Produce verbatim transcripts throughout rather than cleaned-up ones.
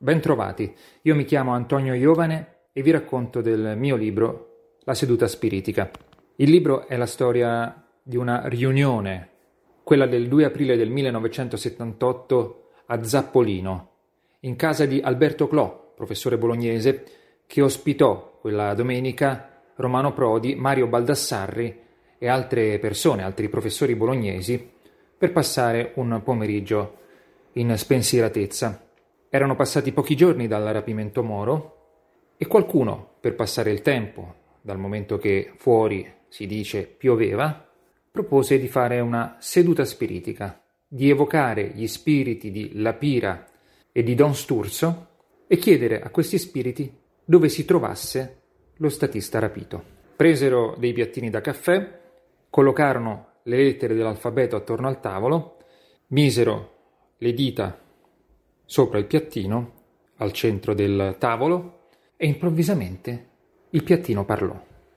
Bentrovati, io mi chiamo Antonio Iovane e vi racconto del mio libro La seduta spiritica. Il libro è la storia di una riunione, quella del due aprile del millenovecentosettantotto a Zappolino, in casa di Alberto Clò, professore bolognese, che ospitò quella domenica Romano Prodi, Mario Baldassarri e altre persone, altri professori bolognesi, per passare un pomeriggio in spensieratezza. Erano passati pochi giorni dal rapimento Moro e qualcuno, per passare il tempo, dal momento che fuori, si dice, pioveva, propose di fare una seduta spiritica, di evocare gli spiriti di La Pira e di Don Sturzo e chiedere a questi spiriti dove si trovasse lo statista rapito. Presero dei piattini da caffè, collocarono le lettere dell'alfabeto attorno al tavolo, misero le dita sopra il piattino, al centro del tavolo, e improvvisamente il piattino parlò.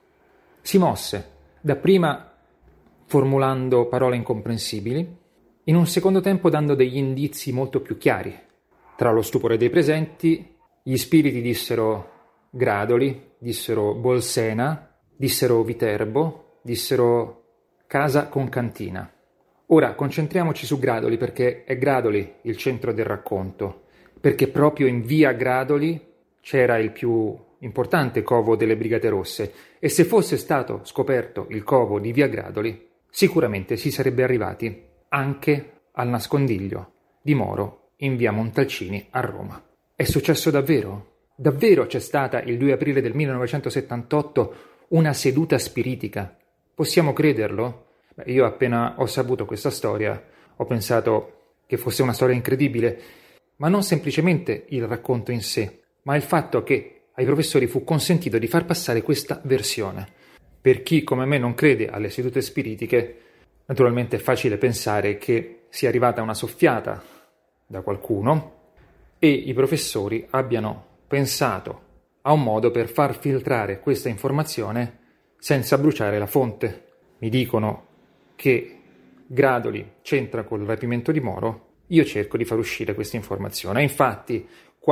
Si mosse, dapprima formulando parole incomprensibili, in un secondo tempo dando degli indizi molto più chiari. Tra lo stupore dei presenti, gli spiriti dissero Gradoli, dissero Bolsena, dissero Viterbo, dissero casa con cantina. Ora concentriamoci su Gradoli, perché è Gradoli il centro del racconto, perché proprio in via Gradoli c'era il più importante covo delle Brigate Rosse e se fosse stato scoperto il covo di via Gradoli sicuramente si sarebbe arrivati anche al nascondiglio di Moro in via Montalcini a Roma. È successo davvero? Davvero c'è stata il due aprile del millenovecentosettantotto una seduta spiritica? Possiamo crederlo? Beh, io appena ho saputo questa storia ho pensato che fosse una storia incredibile, ma non semplicemente il racconto in sé, ma il fatto che ai professori fu consentito di far passare questa versione. Per chi come me non crede alle sedute spiritiche, naturalmente è facile pensare che sia arrivata una soffiata da qualcuno e i professori abbiano pensato a un modo per far filtrare questa informazione senza bruciare la fonte. Mi dicono che Gradoli c'entra col rapimento di Moro, io cerco di far uscire questa informazione. Infatti,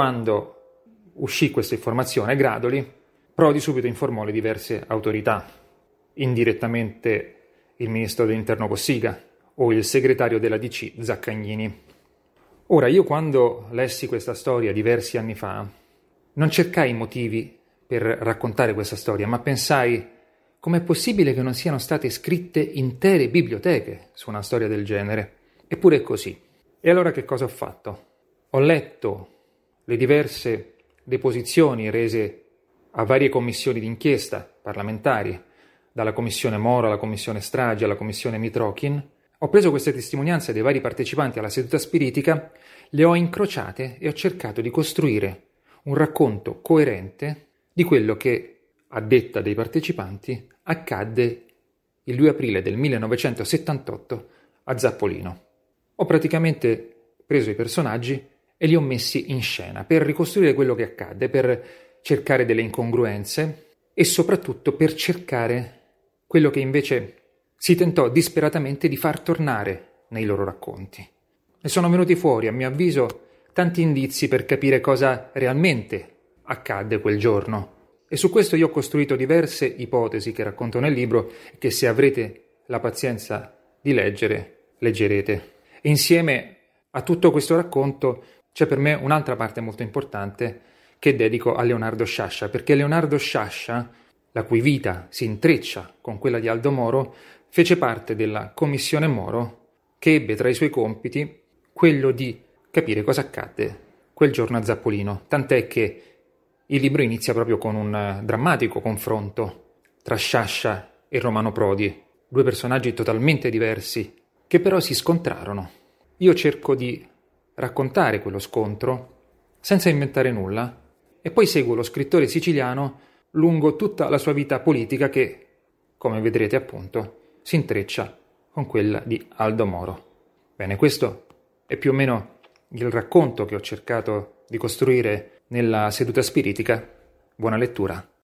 quando uscì questa informazione, Gradoli, Prodi subito informò le diverse autorità, indirettamente il ministro dell'Interno Cossiga o il segretario della D C Zaccagnini. Ora, io quando lessi questa storia diversi anni fa, non cercai motivi per raccontare questa storia, ma pensai: com'è possibile che non siano state scritte intere biblioteche su una storia del genere? Eppure è così. E allora che cosa ho fatto? Ho letto le diverse deposizioni rese a varie commissioni d'inchiesta parlamentari, dalla commissione Moro alla commissione Stragi alla commissione Mitrokhin. Ho preso queste testimonianze dei vari partecipanti alla seduta spiritica, le ho incrociate e ho cercato di costruire un racconto coerente di quello che, a detta dei partecipanti, accadde il due aprile del millenovecentosettantotto a Zappolino. Ho praticamente preso i personaggi e li ho messi in scena per ricostruire quello che accadde, per cercare delle incongruenze e soprattutto per cercare quello che invece si tentò disperatamente di far tornare nei loro racconti. Ne sono venuti fuori, a mio avviso, tanti indizi per capire cosa realmente accadde quel giorno. E su questo io ho costruito diverse ipotesi che racconto nel libro e che, se avrete la pazienza di leggere, leggerete. E insieme a tutto questo racconto c'è per me un'altra parte molto importante che dedico a Leonardo Sciascia, perché Leonardo Sciascia, la cui vita si intreccia con quella di Aldo Moro, fece parte della commissione Moro che ebbe tra i suoi compiti quello di capire cosa accadde quel giorno a Zappolino, tant'è che il libro inizia proprio con un drammatico confronto tra Sciascia e Romano Prodi, due personaggi totalmente diversi, che però si scontrarono. Io cerco di raccontare quello scontro senza inventare nulla e poi seguo lo scrittore siciliano lungo tutta la sua vita politica che, come vedrete appunto, si intreccia con quella di Aldo Moro. Bene, questo è più o meno il racconto che ho cercato di costruire nella seduta spiritica. Buona lettura.